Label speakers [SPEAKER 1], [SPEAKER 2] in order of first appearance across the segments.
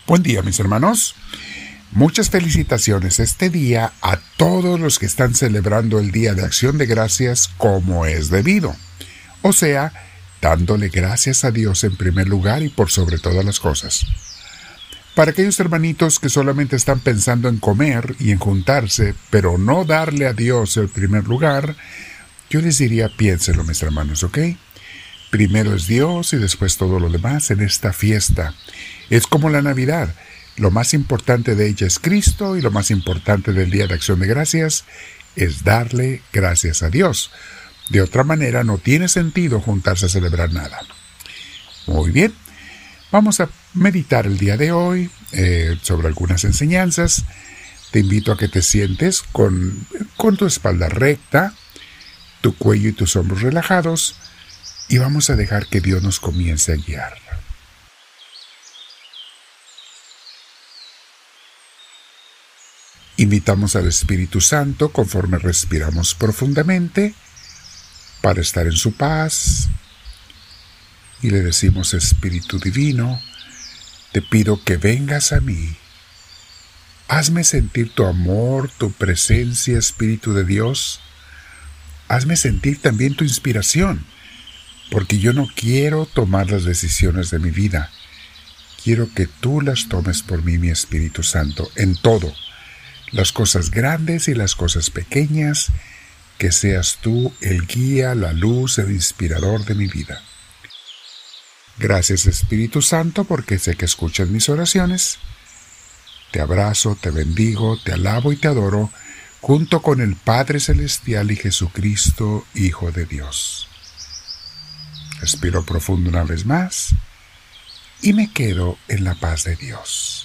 [SPEAKER 1] Buen día, mis hermanos. Muchas felicitaciones este día a todos los que están celebrando el Día de Acción de Gracias como es debido. O sea, dándole gracias a Dios en primer lugar y por sobre todas las cosas. Para aquellos hermanitos que solamente están pensando en comer y en juntarse, pero no darle a Dios el primer lugar, yo les diría piénselo, mis hermanos, ¿ok? Primero es Dios y después todo lo demás en esta fiesta. Es como la Navidad. Lo más importante de ella es Cristo y lo más importante del Día de Acción de Gracias es darle gracias a Dios. De otra manera no tiene sentido juntarse a celebrar nada. Muy bien, vamos a meditar el día de hoy sobre algunas enseñanzas. Te invito a que te sientes con tu espalda recta, tu cuello y tus hombros relajados y vamos a dejar que Dios nos comience a guiar. Invitamos al Espíritu Santo conforme respiramos profundamente para estar en su paz y le decimos: Espíritu Divino, te pido que vengas a mí. Hazme sentir tu amor, tu presencia, Espíritu de Dios. Hazme sentir también tu inspiración, porque yo no quiero tomar las decisiones de mi vida. Quiero que tú las tomes por mí, mi Espíritu Santo, en todo. Las cosas grandes y las cosas pequeñas, que seas tú el guía, la luz, el inspirador de mi vida. Gracias, Espíritu Santo, porque sé que escuchas mis oraciones. Te abrazo, te bendigo, te alabo y te adoro, junto con el Padre Celestial y Jesucristo, Hijo de Dios. Respiro profundo una vez más y me quedo en la paz de Dios.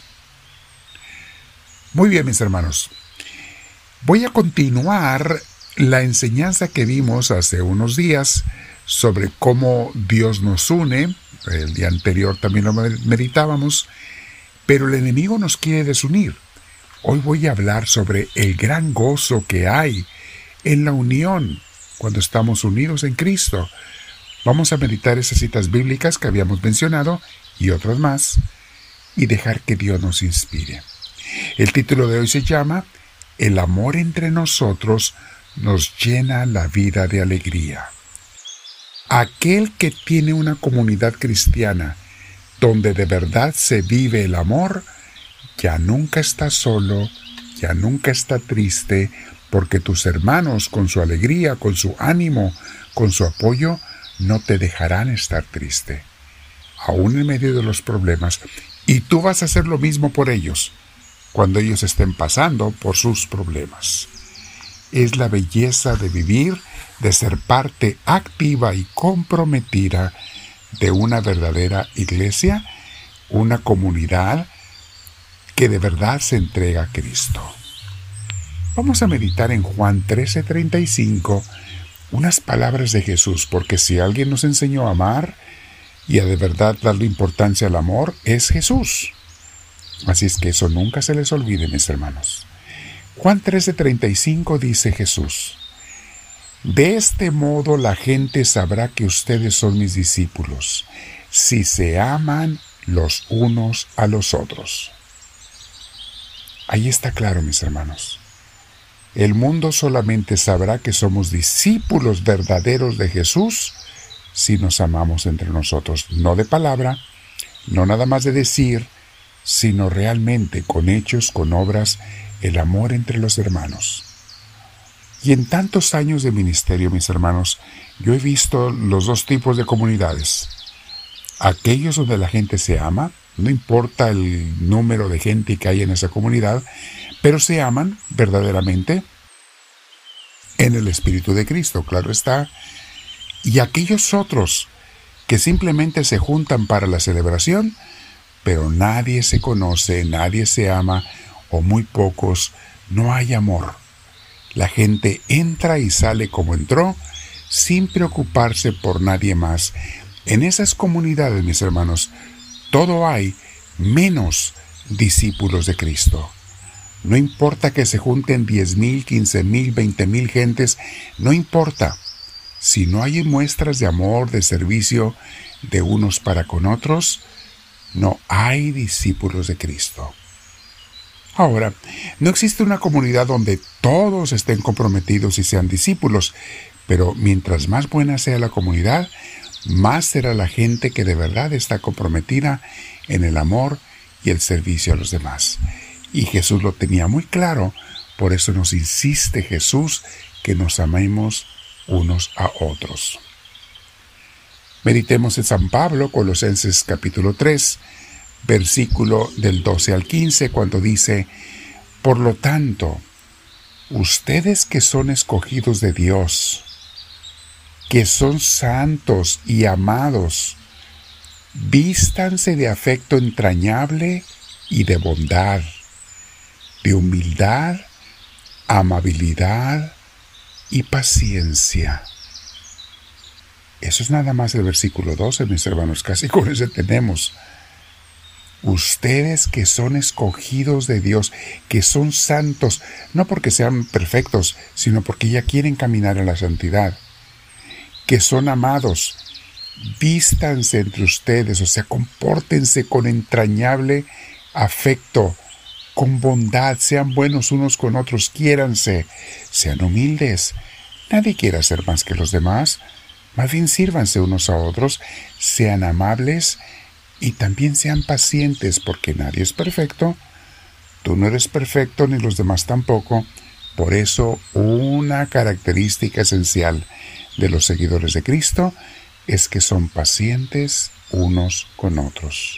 [SPEAKER 1] Muy bien, mis hermanos. Voy a continuar la enseñanza que vimos hace unos días sobre cómo Dios nos une. El día anterior también lo meditábamos, pero el enemigo nos quiere desunir. Hoy voy a hablar sobre el gran gozo que hay en la unión cuando estamos unidos en Cristo. Vamos a meditar esas citas bíblicas que habíamos mencionado y otras más y dejar que Dios nos inspire. El título de hoy se llama El amor entre nosotros nos llena la vida de alegría. Aquel que tiene una comunidad cristiana donde de verdad se vive el amor, ya nunca está solo, ya nunca está triste, porque tus hermanos con su alegría, con su ánimo, con su apoyo, no te dejarán estar triste, aún en medio de los problemas, y tú vas a hacer lo mismo por ellos, cuando ellos estén pasando por sus problemas. Es la belleza de vivir, de ser parte activa y comprometida de una verdadera iglesia, una comunidad que de verdad se entrega a Cristo. Vamos a meditar en Juan 13:35, unas palabras de Jesús, porque si alguien nos enseñó a amar y a de verdad darle importancia al amor, es Jesús. Así es que eso nunca se les olvide, mis hermanos. Juan 13:35 dice Jesús: De este modo la gente sabrá que ustedes son mis discípulos, si se aman los unos a los otros. Ahí está claro, mis hermanos. El mundo solamente sabrá que somos discípulos verdaderos de Jesús si nos amamos entre nosotros, no de palabra, no nada más de decir, sino realmente con hechos, con obras, el amor entre los hermanos. Y en tantos años de ministerio, mis hermanos, yo he visto los dos tipos de comunidades. Aquellos donde la gente se ama, no importa el número de gente que hay en esa comunidad, pero se aman verdaderamente en el Espíritu de Cristo, claro está. Y aquellos otros que simplemente se juntan para la celebración, pero nadie se conoce, nadie se ama, o muy pocos, no hay amor. La gente entra y sale como entró, sin preocuparse por nadie más. En esas comunidades, mis hermanos, todo hay menos discípulos de Cristo. No importa que se junten 10,000, 15,000, 20,000 gentes, no importa. Si no hay muestras de amor, de servicio de unos para con otros, no hay discípulos de Cristo. Ahora, no existe una comunidad donde todos estén comprometidos y sean discípulos, pero mientras más buena sea la comunidad, más será la gente que de verdad está comprometida en el amor y el servicio a los demás. Y Jesús lo tenía muy claro, por eso nos insiste Jesús que nos amemos unos a otros. Meditemos en San Pablo, Colosenses capítulo 3, versículo del 12 al 15, cuando dice: por lo tanto, ustedes que son escogidos de Dios, que son santos y amados, vístanse de afecto entrañable y de bondad, de humildad, amabilidad y paciencia. Eso es nada más el versículo 12, mis hermanos, casi con ese tenemos. Ustedes que son escogidos de Dios, que son santos, no porque sean perfectos, sino porque ya quieren caminar en la santidad, que son amados, vístanse entre ustedes, o sea, compórtense con entrañable afecto, con bondad, sean buenos unos con otros, quiéranse, sean humildes. Nadie quiere ser más que los demás, más bien sírvanse unos a otros, sean amables y también sean pacientes, porque nadie es perfecto. Tú no eres perfecto ni los demás tampoco. Por eso, una característica esencial de los seguidores de Cristo es que son pacientes unos con otros.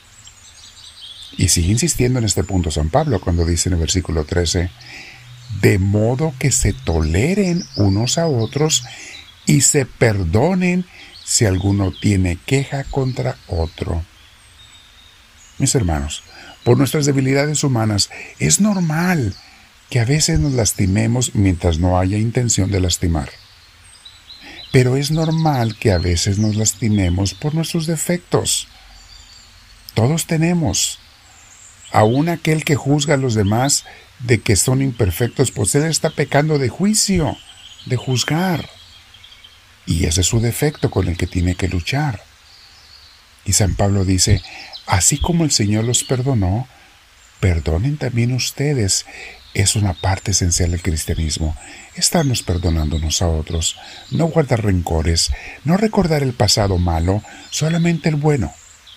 [SPEAKER 1] Y sigue insistiendo en este punto San Pablo cuando dice en el versículo 13, de modo que se toleren unos a otros y se perdonen si alguno tiene queja contra otro. Mis hermanos, por nuestras debilidades humanas es normal que a veces nos lastimemos mientras no haya intención de lastimar. Pero es normal que a veces nos lastimemos por nuestros defectos. Todos tenemos. Aún aquel que juzga a los demás de que son imperfectos, pues él está pecando de juicio, de juzgar. Y ese es su defecto con el que tiene que luchar. Y San Pablo dice, así como el Señor los perdonó, perdonen también ustedes. Es una parte esencial del cristianismo, estarnos perdonándonos a otros, no guardar rencores, no recordar el pasado malo, solamente el bueno.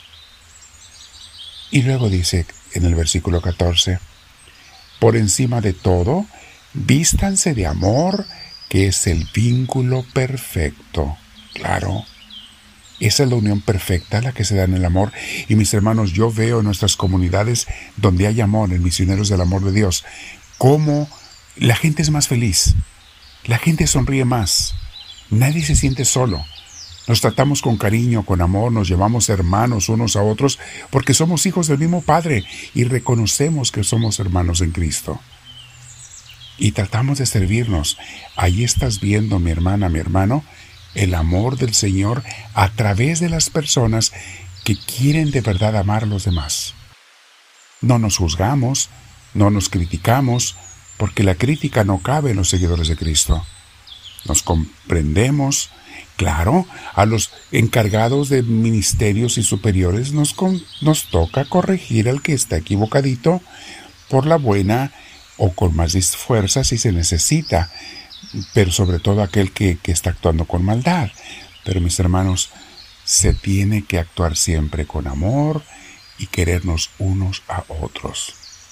[SPEAKER 1] Y luego dice en el versículo 14, por encima de todo, vístanse de amor, que es el vínculo perfecto. Claro, esa es la unión perfecta, la que se da en el amor. Y mis hermanos, yo veo en nuestras comunidades donde hay amor, en Misioneros del Amor de Dios, cómo la gente es más feliz, la gente sonríe más, nadie se siente solo. Nos tratamos con cariño, con amor, nos llevamos hermanos unos a otros, porque somos hijos del mismo Padre y reconocemos que somos hermanos en Cristo. Y tratamos de servirnos. Ahí estás viendo, mi hermana, mi hermano, el amor del Señor a través de las personas que quieren de verdad amar a los demás. No nos juzgamos, no nos criticamos, porque la crítica no cabe en los seguidores de Cristo. Nos comprendemos. Claro, a los encargados de ministerios y superiores nos toca corregir al que está equivocadito por la buena o con más fuerza si se necesita, pero sobre todo aquel que está actuando con maldad. Pero mis hermanos, se tiene que actuar siempre con amor y querernos unos a otros.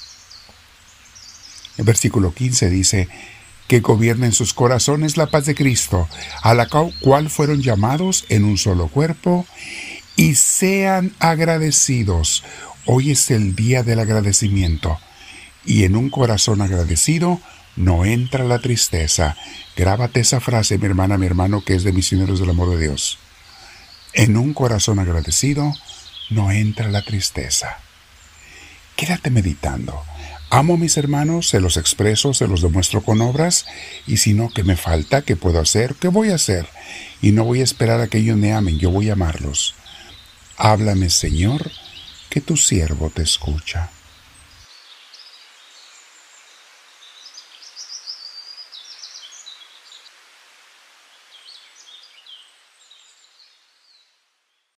[SPEAKER 1] El versículo 15 dice, que gobierna en sus corazones la paz de Cristo, a la cual fueron llamados en un solo cuerpo, y sean agradecidos. Hoy es el día del agradecimiento, y en un corazón agradecido no entra la tristeza. Grábate esa frase, mi hermana, mi hermano, que es de Misioneros del Amor de Dios. En un corazón agradecido no entra la tristeza. Quédate meditando. Amo a mis hermanos, se los expreso, se los demuestro con obras, y si no, ¿qué me falta? ¿Qué puedo hacer? ¿Qué voy a hacer? Y no voy a esperar a que ellos me amen, yo voy a amarlos. Háblame, Señor, que tu siervo te escucha.